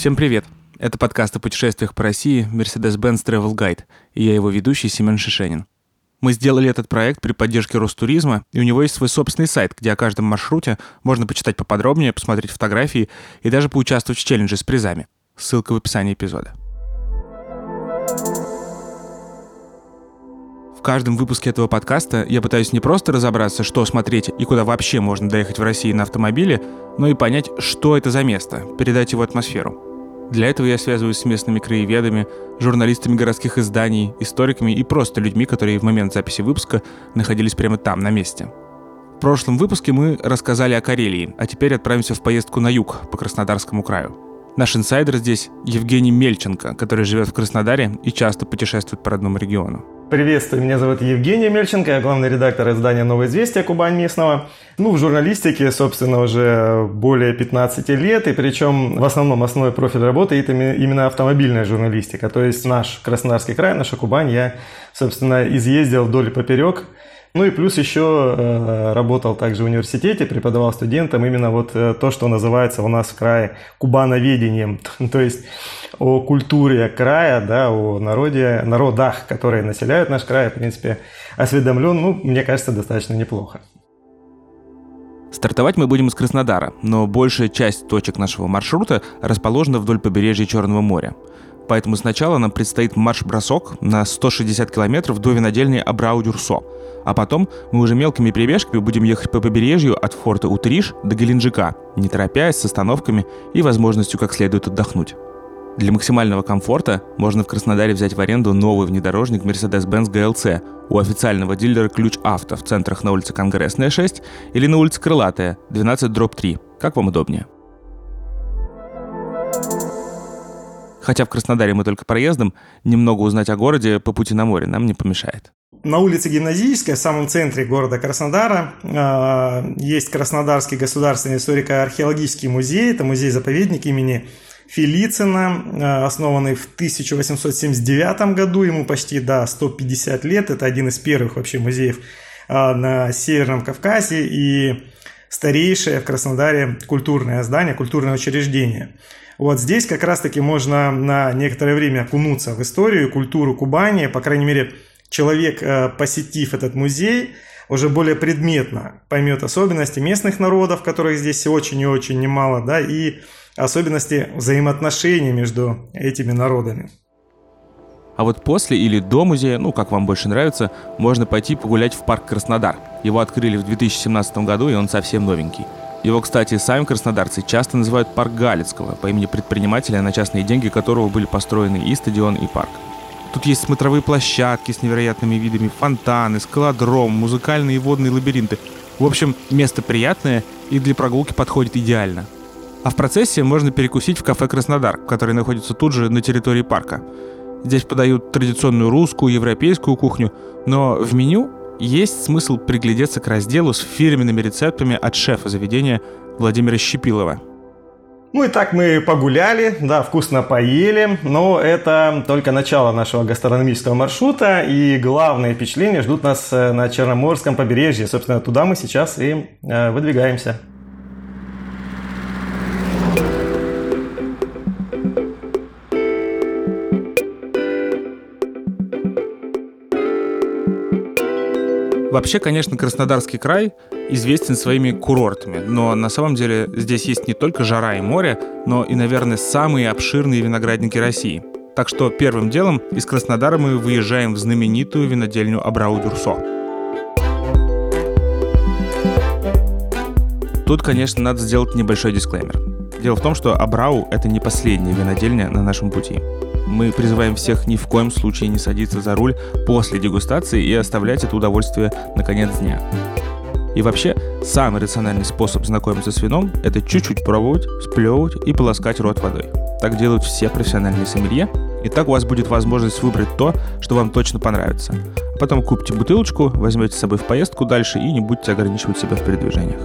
Всем привет! Это подкаст о путешествиях по России Mercedes-Benz Travel Guide, и я его ведущий Семен Шишенин. Мы сделали этот проект при поддержке Ростуризма, и у него есть свой собственный сайт, где о каждом маршруте можно почитать поподробнее, посмотреть фотографии и даже поучаствовать в челлендже с призами. Ссылка в описании эпизода. В каждом выпуске этого подкаста я пытаюсь не просто разобраться, что смотреть и куда вообще можно доехать в России на автомобиле, но и понять, что это за место, передать его атмосферу. Для этого я связываюсь с местными краеведами, журналистами городских изданий, историками и просто людьми, которые в момент записи выпуска находились прямо там, на месте. В прошлом выпуске мы рассказали о Карелии, а теперь отправимся в поездку на юг, по Краснодарскому краю. Наш инсайдер здесь Евгений Мельченко, который живет в Краснодаре и часто путешествует по родному региону. Приветствую, меня зовут Евгений Мельченко, я главный редактор издания «Новое известие» Кубань местного. В журналистике, собственно, уже более 15 лет, и причем в основном основной профиль работы – это именно автомобильная журналистика. То есть наш Краснодарский край, наша Кубань, я, собственно, изъездил вдоль и поперек. И плюс еще работал также в университете, преподавал студентам именно то, что называется у нас в крае кубановедением, то есть о культуре края, да, о народах, которые населяют наш край, в принципе, осведомлен, мне кажется, достаточно неплохо. Стартовать мы будем из Краснодара, но большая часть точек нашего маршрута расположена вдоль побережья Черного моря. Поэтому сначала нам предстоит марш-бросок на 160 километров до винодельни Абрау-Дюрсо. А потом мы уже мелкими перебежками будем ехать по побережью от форта Утриш до Геленджика, не торопясь, с остановками и возможностью как следует отдохнуть. Для максимального комфорта можно в Краснодаре взять в аренду новый внедорожник Mercedes-Benz GLC у официального дилера «Ключ Авто» в центрах на улице Конгрессная, 6 или на улице Крылатая, 12/3. Как вам удобнее. Хотя в Краснодаре мы только проездом, немного узнать о городе по пути на море нам не помешает. На улице Гимназической, в самом центре города Краснодара, есть Краснодарский государственный историко-археологический музей. Это музей-заповедник имени Фелицина, основанный в 1879 году. Ему почти 150 лет. Это один из первых вообще музеев на Северном Кавказе и старейшее в Краснодаре культурное здание, культурное учреждение. Здесь как раз-таки можно на некоторое время окунуться в историю и культуру Кубани. По крайней мере, человек, посетив этот музей, уже более предметно поймет особенности местных народов, которых здесь очень и очень немало, да, и особенности взаимоотношений между этими народами. А после или до музея, как вам больше нравится, можно пойти погулять в парк Краснодар. Его открыли в 2017 году, и он совсем новенький. Его, кстати, сами краснодарцы часто называют парк Галицкого, по имени предпринимателя, на частные деньги которого были построены и стадион, и парк. Тут есть смотровые площадки с невероятными видами, фонтаны, скалодром, музыкальные и водные лабиринты. В общем, место приятное и для прогулки подходит идеально. А в процессе можно перекусить в кафе «Краснодар», который находится тут же на территории парка. Здесь подают традиционную русскую, европейскую кухню, но в меню есть смысл приглядеться к разделу с фирменными рецептами от шефа заведения Владимира Щепилова. И так мы погуляли, вкусно поели, но это только начало нашего гастрономического маршрута, и главные впечатления ждут нас на Черноморском побережье. Собственно, туда мы сейчас и выдвигаемся. Вообще, конечно, Краснодарский край известен своими курортами, но на самом деле здесь есть не только жара и море, но и, наверное, самые обширные виноградники России. Так что первым делом из Краснодара мы выезжаем в знаменитую винодельню Абрау-Дюрсо. Тут, конечно, надо сделать небольшой дисклеймер. Дело в том, что Абрау – это не последняя винодельня на нашем пути. Мы призываем всех ни в коем случае не садиться за руль после дегустации и оставлять это удовольствие на конец дня. И вообще, самый рациональный способ знакомиться с вином – это чуть-чуть пробовать, сплевывать и полоскать рот водой. Так делают все профессиональные сомелье, и так у вас будет возможность выбрать то, что вам точно понравится. А потом купите бутылочку, возьмете с собой в поездку дальше и не будете ограничивать себя в передвижениях.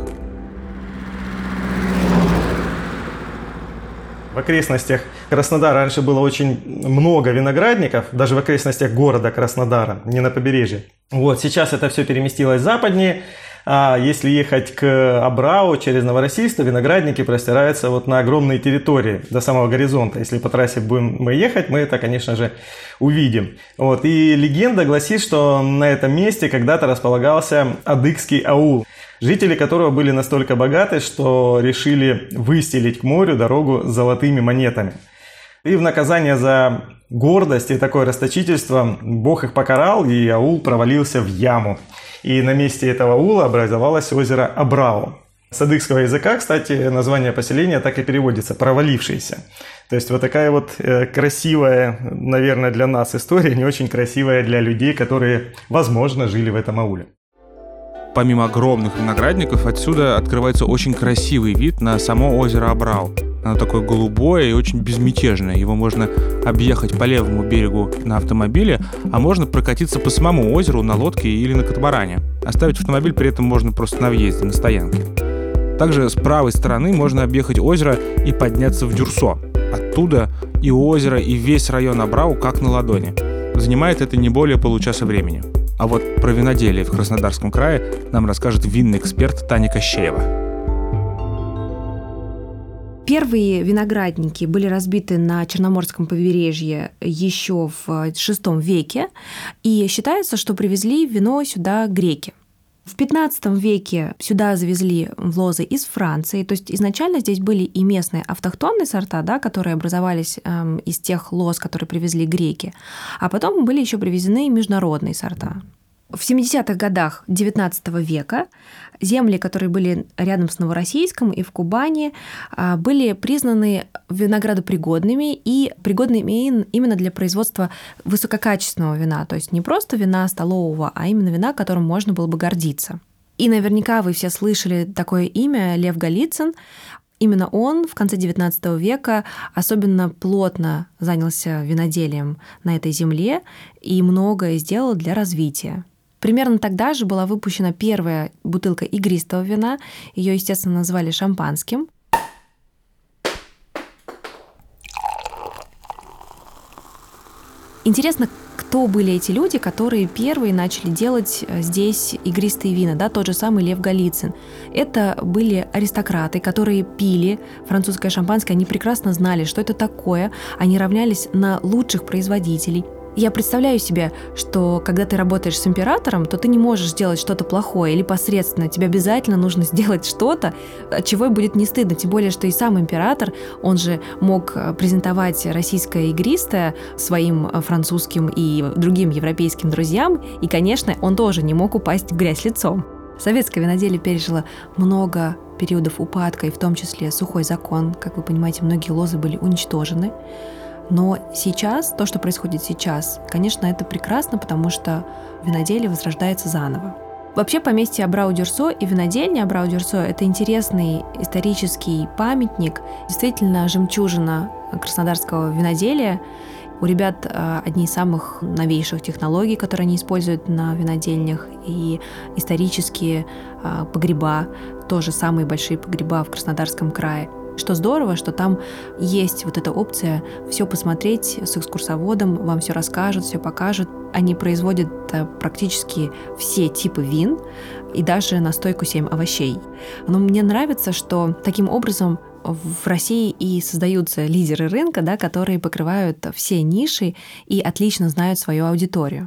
В окрестностях Краснодара раньше было очень много виноградников, даже в окрестностях города Краснодара, не на побережье. Сейчас это все переместилось западнее. А если ехать к Абрау через Новороссийск, то виноградники простираются вот на огромные территории до самого горизонта. Если по трассе будем мы ехать, мы это, конечно же, увидим. Вот. И легенда гласит, что на этом месте когда-то располагался адыгский аул, жители которого были настолько богаты, что решили выстелить к морю дорогу золотыми монетами. И в наказание за гордость и такое расточительство Бог их покарал, и аул провалился в яму. И на месте этого аула образовалось озеро Абрау. С адыгского языка, кстати, название поселения так и переводится – «провалившийся». То есть вот такая вот красивая, наверное, для нас история, не очень красивая для людей, которые, возможно, жили в этом ауле. Помимо огромных виноградников, отсюда открывается очень красивый вид на само озеро Абрау. Оно такое голубое и очень безмятежное. Его можно объехать по левому берегу на автомобиле, а можно прокатиться по самому озеру на лодке или на катамаране. Оставить автомобиль при этом можно просто на въезде, на стоянке. Также с правой стороны можно объехать озеро и подняться в Дюрсо. Оттуда и озеро, и весь район Абрау как на ладони. Занимает это не более получаса времени. А вот про виноделие в Краснодарском крае нам расскажет винный эксперт Таня Кощеева. Первые виноградники были разбиты на Черноморском побережье еще в VI веке, и считается, что привезли вино сюда греки. В XV веке сюда завезли лозы из Франции, то есть изначально здесь были и местные автохтонные сорта, да, которые образовались из тех лоз, которые привезли греки, а потом были еще привезены международные сорта. В 70-х годах XIX века земли, которые были рядом с Новороссийском и в Кубани, были признаны виноградопригодными и пригодными именно для производства высококачественного вина, то есть не просто вина столового, а именно вина, которым можно было бы гордиться. И наверняка вы все слышали такое имя Лев Голицын. Именно он в конце XIX века особенно плотно занялся виноделием на этой земле и многое сделал для развития. Примерно тогда же была выпущена первая бутылка игристого вина. Ее, естественно, назвали шампанским. Интересно, кто были эти люди, которые первые начали делать здесь игристые вина, да, тот же самый Лев Голицын. Это были аристократы, которые пили французское шампанское, они прекрасно знали, что это такое, они равнялись на лучших производителей. Я представляю себе, что когда ты работаешь с императором, то ты не можешь сделать что-то плохое или посредственно. Тебе обязательно нужно сделать что-то, от чего будет не стыдно. Тем более, что и сам император, он же мог презентовать российское игристое своим французским и другим европейским друзьям. И, конечно, он тоже не мог упасть в грязь лицом. Советское виноделие пережило много периодов упадка, и в том числе сухой закон. Как вы понимаете, многие лозы были уничтожены. Но сейчас, то, что происходит сейчас, конечно, это прекрасно, потому что виноделие возрождается заново. Вообще, поместье Абрау-Дюрсо и винодельня Абрау-Дюрсо – это интересный исторический памятник, действительно жемчужина краснодарского виноделия. У ребят одни из самых новейших технологий, которые они используют на винодельнях, и исторические погреба, тоже самые большие погреба в Краснодарском крае. Что здорово, что там есть вот эта опция все посмотреть с экскурсоводом, вам все расскажут, все покажут. Они производят практически все типы вин и даже настойку 7 овощей. Но мне нравится, что таким образом в России и создаются лидеры рынка, да, которые покрывают все ниши и отлично знают свою аудиторию.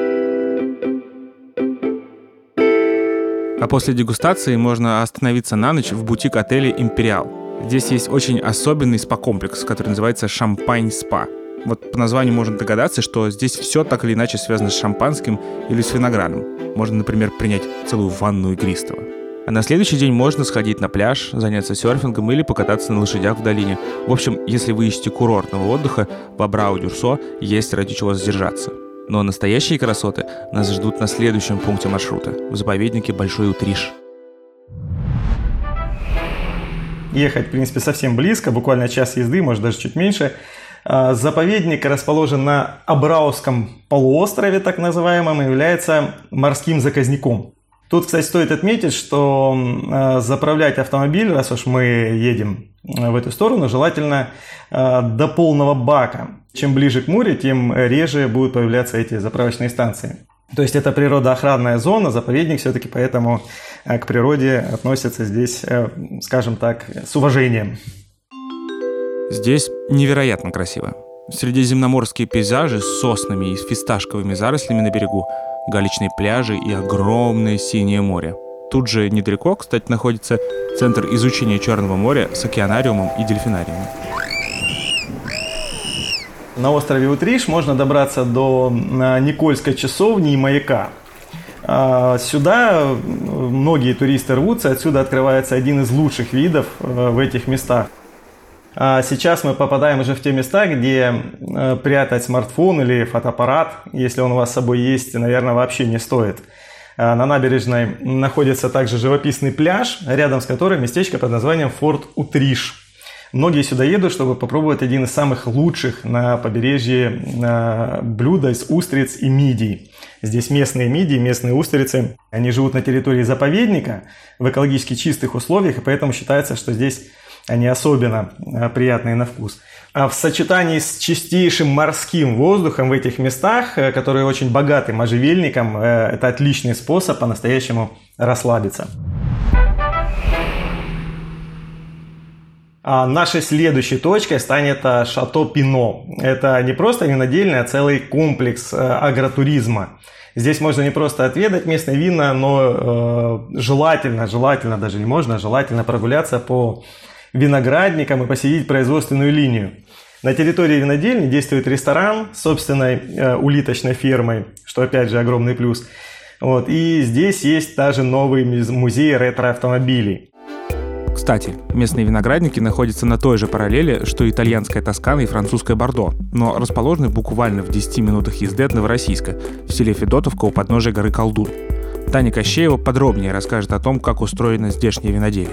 А после дегустации можно остановиться на ночь в бутик-отеле «Империал». Здесь есть очень особенный спа-комплекс, который называется «Шампань-спа». Вот по названию можно догадаться, что здесь все так или иначе связано с шампанским или с виноградом. Можно, например, принять целую ванну игристого. А на следующий день можно сходить на пляж, заняться серфингом или покататься на лошадях в долине. В общем, если вы ищете курортного отдыха, в Абрау-Дюрсо есть ради чего задержаться. Но настоящие красоты нас ждут на следующем пункте маршрута – в заповеднике Большой Утриш. Ехать, в принципе, совсем близко, буквально час езды, может даже чуть меньше. Заповедник расположен на Абрауском полуострове, так называемом, и является морским заказником. Тут, кстати, стоит отметить, что заправлять автомобиль, раз уж мы едем в эту сторону, желательно до полного бака. Чем ближе к морю, тем реже будут появляться эти заправочные станции. То есть это природоохранная зона, заповедник все-таки, поэтому к природе относятся здесь, скажем так, с уважением. Здесь невероятно красиво. Средиземноморские пейзажи с соснами и с фисташковыми зарослями на берегу, галечные пляжи и огромное синее море. Тут же недалеко, кстати, находится Центр изучения Черного моря с океанариумом и дельфинарием. На острове Утриш можно добраться до Никольской часовни и маяка. Сюда многие туристы рвутся, отсюда открывается один из лучших видов в этих местах. Сейчас мы попадаем уже в те места, где прятать смартфон или фотоаппарат, если он у вас с собой есть, наверное, вообще не стоит. На набережной находится также живописный пляж, рядом с которым местечко под названием Форт Утриш. Многие сюда едут, чтобы попробовать один из самых лучших на побережье блюда из устриц и мидий. Здесь местные мидии, местные устрицы. Они живут на территории заповедника в экологически чистых условиях, и поэтому считается, что здесь они особенно приятные на вкус. А в сочетании с чистейшим морским воздухом в этих местах, которые очень богаты можжевельником, это отличный способ по-настоящему расслабиться. А нашей следующей точкой станет Шато Пино. Это не просто винодельня, а целый комплекс агротуризма. Здесь можно не просто отведать местные вина, но желательно прогуляться по виноградникам и посетить производственную линию. На территории винодельни действует ресторан с собственной улиточной фермой, что опять же огромный плюс. И здесь есть даже новый музей ретро-автомобилей. Кстати, местные виноградники находятся на той же параллели, что итальянская Тоскана и французская Бордо, но расположены буквально в 10 минутах езды от Новороссийска, в селе Федотовка у подножия горы Колдун. Таня Кощеева подробнее расскажет о том, как устроено здешнее виноделие.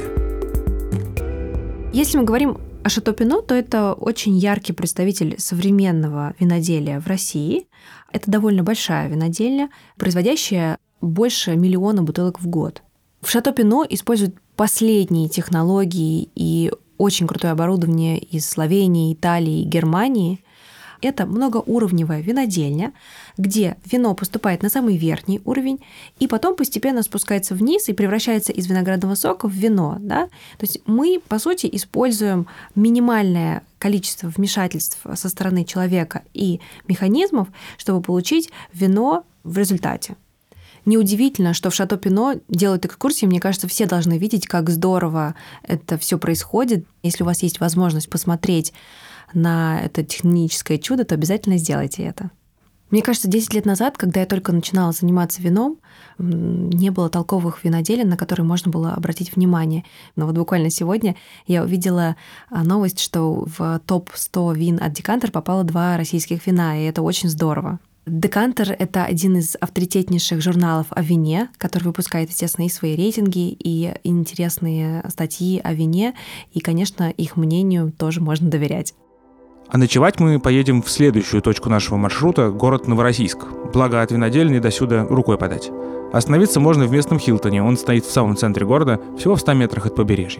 Если мы говорим о Шато Пино, то это очень яркий представитель современного виноделия в России. Это довольно большая винодельня, производящая больше 1 миллиона бутылок в год. В Шато Пино используют последние технологии и очень крутое оборудование из Словении, Италии и Германии. Это многоуровневая винодельня, где вино поступает на самый верхний уровень и потом постепенно спускается вниз и превращается из виноградного сока в вино. Да? То есть мы, по сути, используем минимальное количество вмешательств со стороны человека и механизмов, чтобы получить вино в результате. Неудивительно, что в Шато Пино делают экскурсии. Мне кажется, все должны видеть, как здорово это все происходит. Если у вас есть возможность посмотреть на это техническое чудо, то обязательно сделайте это. Мне кажется, 10 лет назад, когда я только начинала заниматься вином, не было толковых виноделин, на которые можно было обратить внимание. Но буквально сегодня я увидела новость, что в топ-100 вин от Декантер попало 2 российских вина, и это очень здорово. Декантер — это один из авторитетнейших журналов о вине, который выпускает, естественно, и свои рейтинги, и интересные статьи о вине, и, конечно, их мнению тоже можно доверять. А ночевать мы поедем в следующую точку нашего маршрута — город Новороссийск. Благо от винодельни до сюда рукой подать. Остановиться можно в местном Хилтоне, он стоит в самом центре города, всего в 100 метрах от побережья.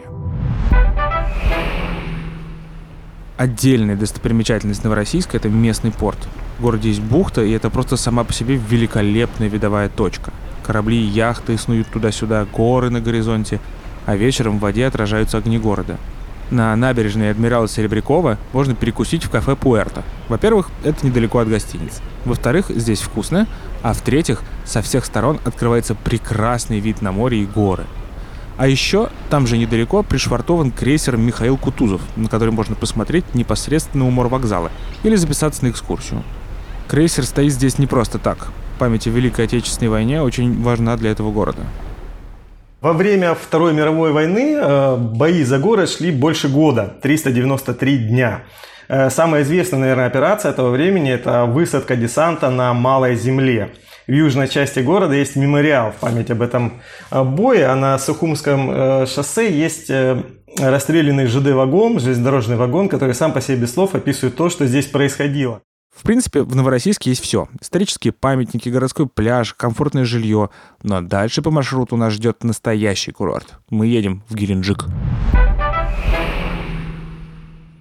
Отдельная достопримечательность Новороссийска — это местный порт. В городе есть бухта, и это просто сама по себе великолепная видовая точка. Корабли и яхты снуют туда-сюда, горы на горизонте, а вечером в воде отражаются огни города. На набережной Адмирала Серебрякова можно перекусить в кафе «Пуэрто». Во-первых, это недалеко от гостиниц. Во-вторых, здесь вкусно. А в-третьих, со всех сторон открывается прекрасный вид на море и горы. А еще там же недалеко пришвартован крейсер «Михаил Кутузов», на который можно посмотреть непосредственно у морвокзала или записаться на экскурсию. Крейсер стоит здесь не просто так. Память о Великой Отечественной войне очень важна для этого города. Во время Второй мировой войны бои за город шли больше года, 393 дня. Самая известная, наверное, операция этого времени – это высадка десанта на Малой Земле. В южной части города есть мемориал в память об этом бое, а на Сухумском шоссе есть расстрелянный ЖД-вагон, железнодорожный вагон, который сам по себе без слов описывает то, что здесь происходило. В принципе, в Новороссийске есть все. Исторические памятники, городской пляж, комфортное жилье. Но дальше по маршруту нас ждет настоящий курорт. Мы едем в Геленджик.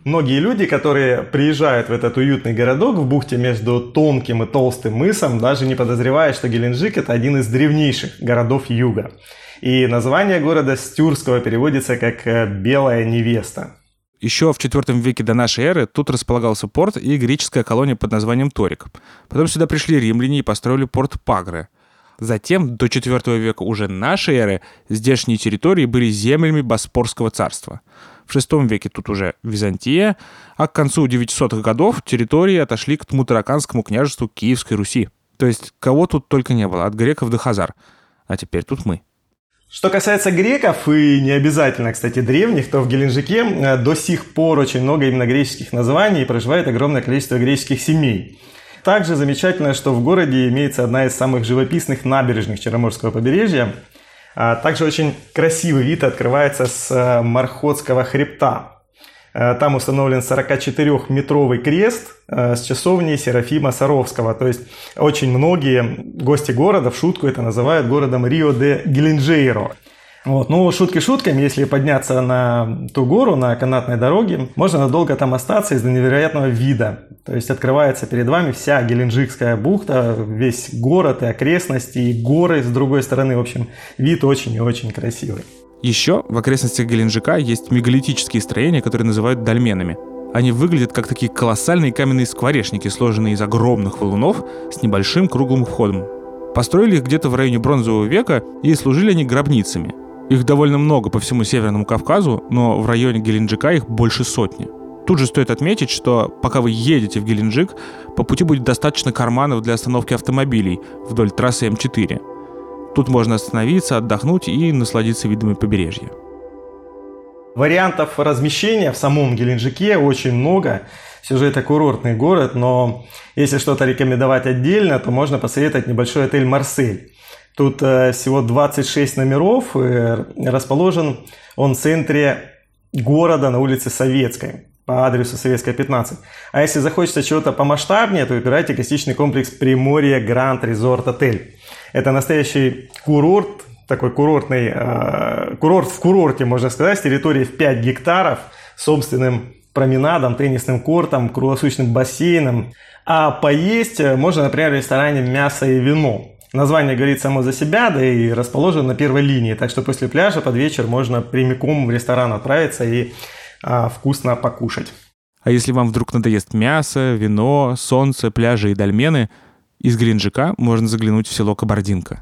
Многие люди, которые приезжают в этот уютный городок в бухте между тонким и толстым мысом, даже не подозревают, что Геленджик – это один из древнейших городов юга. И название города с тюркского переводится как «белая невеста». Еще в IV веке до нашей эры тут располагался порт и греческая колония под названием Торик. Потом сюда пришли римляне и построили порт Пагры. Затем, до IV века уже нашей эры, здешние территории были землями Боспорского царства. В VI веке тут уже Византия, а к концу 900-х годов территории отошли к Тмутараканскому княжеству Киевской Руси. То есть кого тут только не было, от греков до хазар. А теперь тут мы. Что касается греков, и не обязательно, кстати, древних, то в Геленджике до сих пор очень много именно греческих названий и проживает огромное количество греческих семей. Также замечательно, что в городе имеется одна из самых живописных набережных Черноморского побережья. Также очень красивый вид открывается с Мархотского хребта. Там установлен 44-метровый крест с часовней Серафима Саровского. То есть очень многие гости города в шутку это называют городом Рио-де-Геленджейро. Ну, шутки шутками, если подняться на ту гору, на канатной дороге, можно надолго там остаться из-за невероятного вида. То есть открывается перед вами вся Геленджикская бухта, весь город и окрестности, и горы с другой стороны. В общем, вид очень и очень красивый. Еще в окрестностях Геленджика есть мегалитические строения, которые называют дольменами. Они выглядят как такие колоссальные каменные скворечники, сложенные из огромных валунов с небольшим круглым входом. Построили их где-то в районе Бронзового века, и служили они гробницами. Их довольно много по всему Северному Кавказу, но в районе Геленджика их больше сотни. Тут же стоит отметить, что пока вы едете в Геленджик, по пути будет достаточно карманов для остановки автомобилей вдоль трассы М4. Тут можно остановиться, отдохнуть и насладиться видами побережья. Вариантов размещения в самом Геленджике очень много. Все же это курортный город, но если что-то рекомендовать отдельно, то можно посоветовать небольшой отель «Марсель». Тут всего 26 номеров, расположен он в центре города на улице Советской, по адресу Советская, 15. А если захочется чего-то помасштабнее, то выбирайте гостиничный комплекс «Приморье Гранд Резорт Отель». Это настоящий курорт, такой курортный, курорт в курорте, можно сказать, с территорией в 5 гектаров, собственным променадом, теннисным кортом, круглосуточным бассейном. А поесть можно, например, в ресторане «Мясо и вино». Название говорит само за себя, да и расположен на первой линии, так что после пляжа под вечер можно прямиком в ресторан отправиться и вкусно покушать. А если вам вдруг надоест мясо, вино, солнце, пляжи и дольмены, из Геленджика можно заглянуть в село Кабардинка.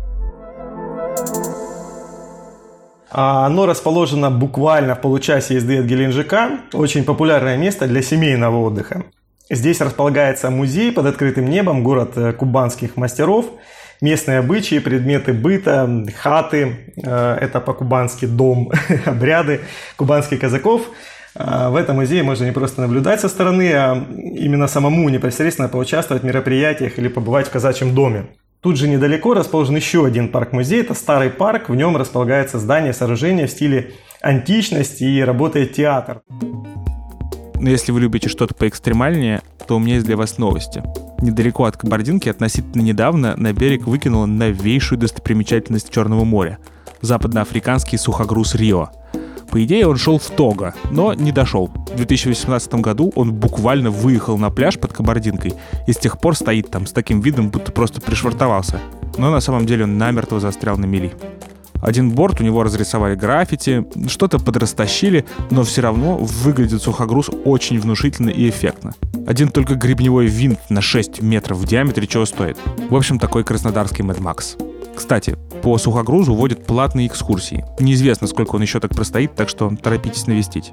Оно расположено буквально в получасе езды от Геленджика. Очень популярное место для семейного отдыха. Здесь располагается музей под открытым небом, город кубанских мастеров, местные обычаи, предметы быта, хаты, это по-кубански дом, обряды кубанских казаков. В этом музее можно не просто наблюдать со стороны, а именно самому непосредственно поучаствовать в мероприятиях или побывать в казачьем доме. Тут же недалеко расположен еще один парк-музей, это старый парк, в нем располагается здание, сооружение в стиле античности и работает театр. Но если вы любите что-то поэкстремальнее, то у меня есть для вас новости. Недалеко от Кабардинки относительно недавно на берег выкинула новейшую достопримечательность Черного моря – западноафриканский сухогруз Рио. По идее, он шел в Того, но не дошел. В 2018 году он буквально выехал на пляж под Кабардинкой и с тех пор стоит там с таким видом, будто просто пришвартовался. Но на самом деле он намертво застрял на мели. Один борт у него разрисовали граффити, что-то подрастащили, но все равно выглядит сухогруз очень внушительно и эффектно. Один только гребневой винт на 6 метров в диаметре чего стоит. В общем, такой краснодарский Mad Max. Кстати, по сухогрузу водят платные экскурсии. Неизвестно, сколько он еще так простоит, так что торопитесь навестить.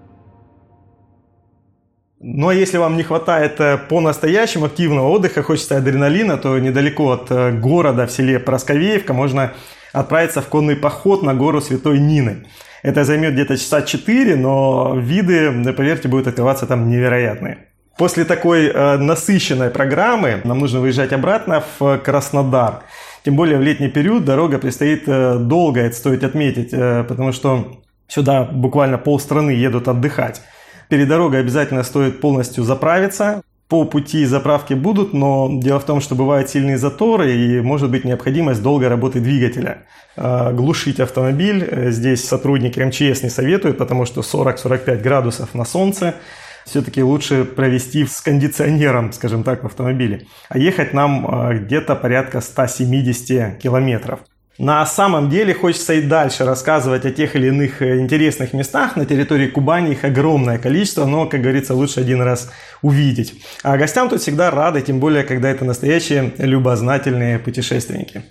Ну а если вам не хватает по-настоящему активного отдыха, хочется адреналина, то недалеко от города в селе Просковеевка можно отправиться в конный поход на гору Святой Нины. Это займет где-то часа 4, но виды, поверьте, будут открываться там невероятные. После такой насыщенной программы нам нужно выезжать обратно в Краснодар. Тем более в летний период дорога предстоит долго, это стоит отметить, потому что сюда буквально полстраны едут отдыхать. Перед дорогой обязательно стоит полностью заправиться. По пути заправки будут, но дело в том, что бывают сильные заторы и может быть необходимость долгой работы двигателя. Глушить автомобиль здесь сотрудники МЧС не советуют, потому что 40-45 градусов на солнце. Все-таки лучше провести с кондиционером, скажем так, в автомобиле. А ехать нам где-то порядка 170 километров. На самом деле хочется и дальше рассказывать о тех или иных интересных местах. На территории Кубани их огромное количество, но, как говорится, лучше один раз увидеть. А гостям тут всегда рады, тем более, когда это настоящие любознательные путешественники.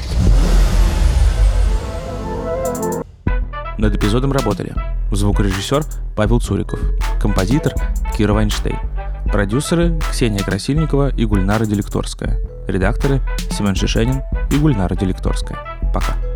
Над эпизодом работали звукорежиссер Павел Цуриков, композитор Кира Вайнштейн, продюсеры Ксения Красильникова и Гульнара Делекторская, редакторы Семен Шишенин и Гульнара Делекторская. Пока.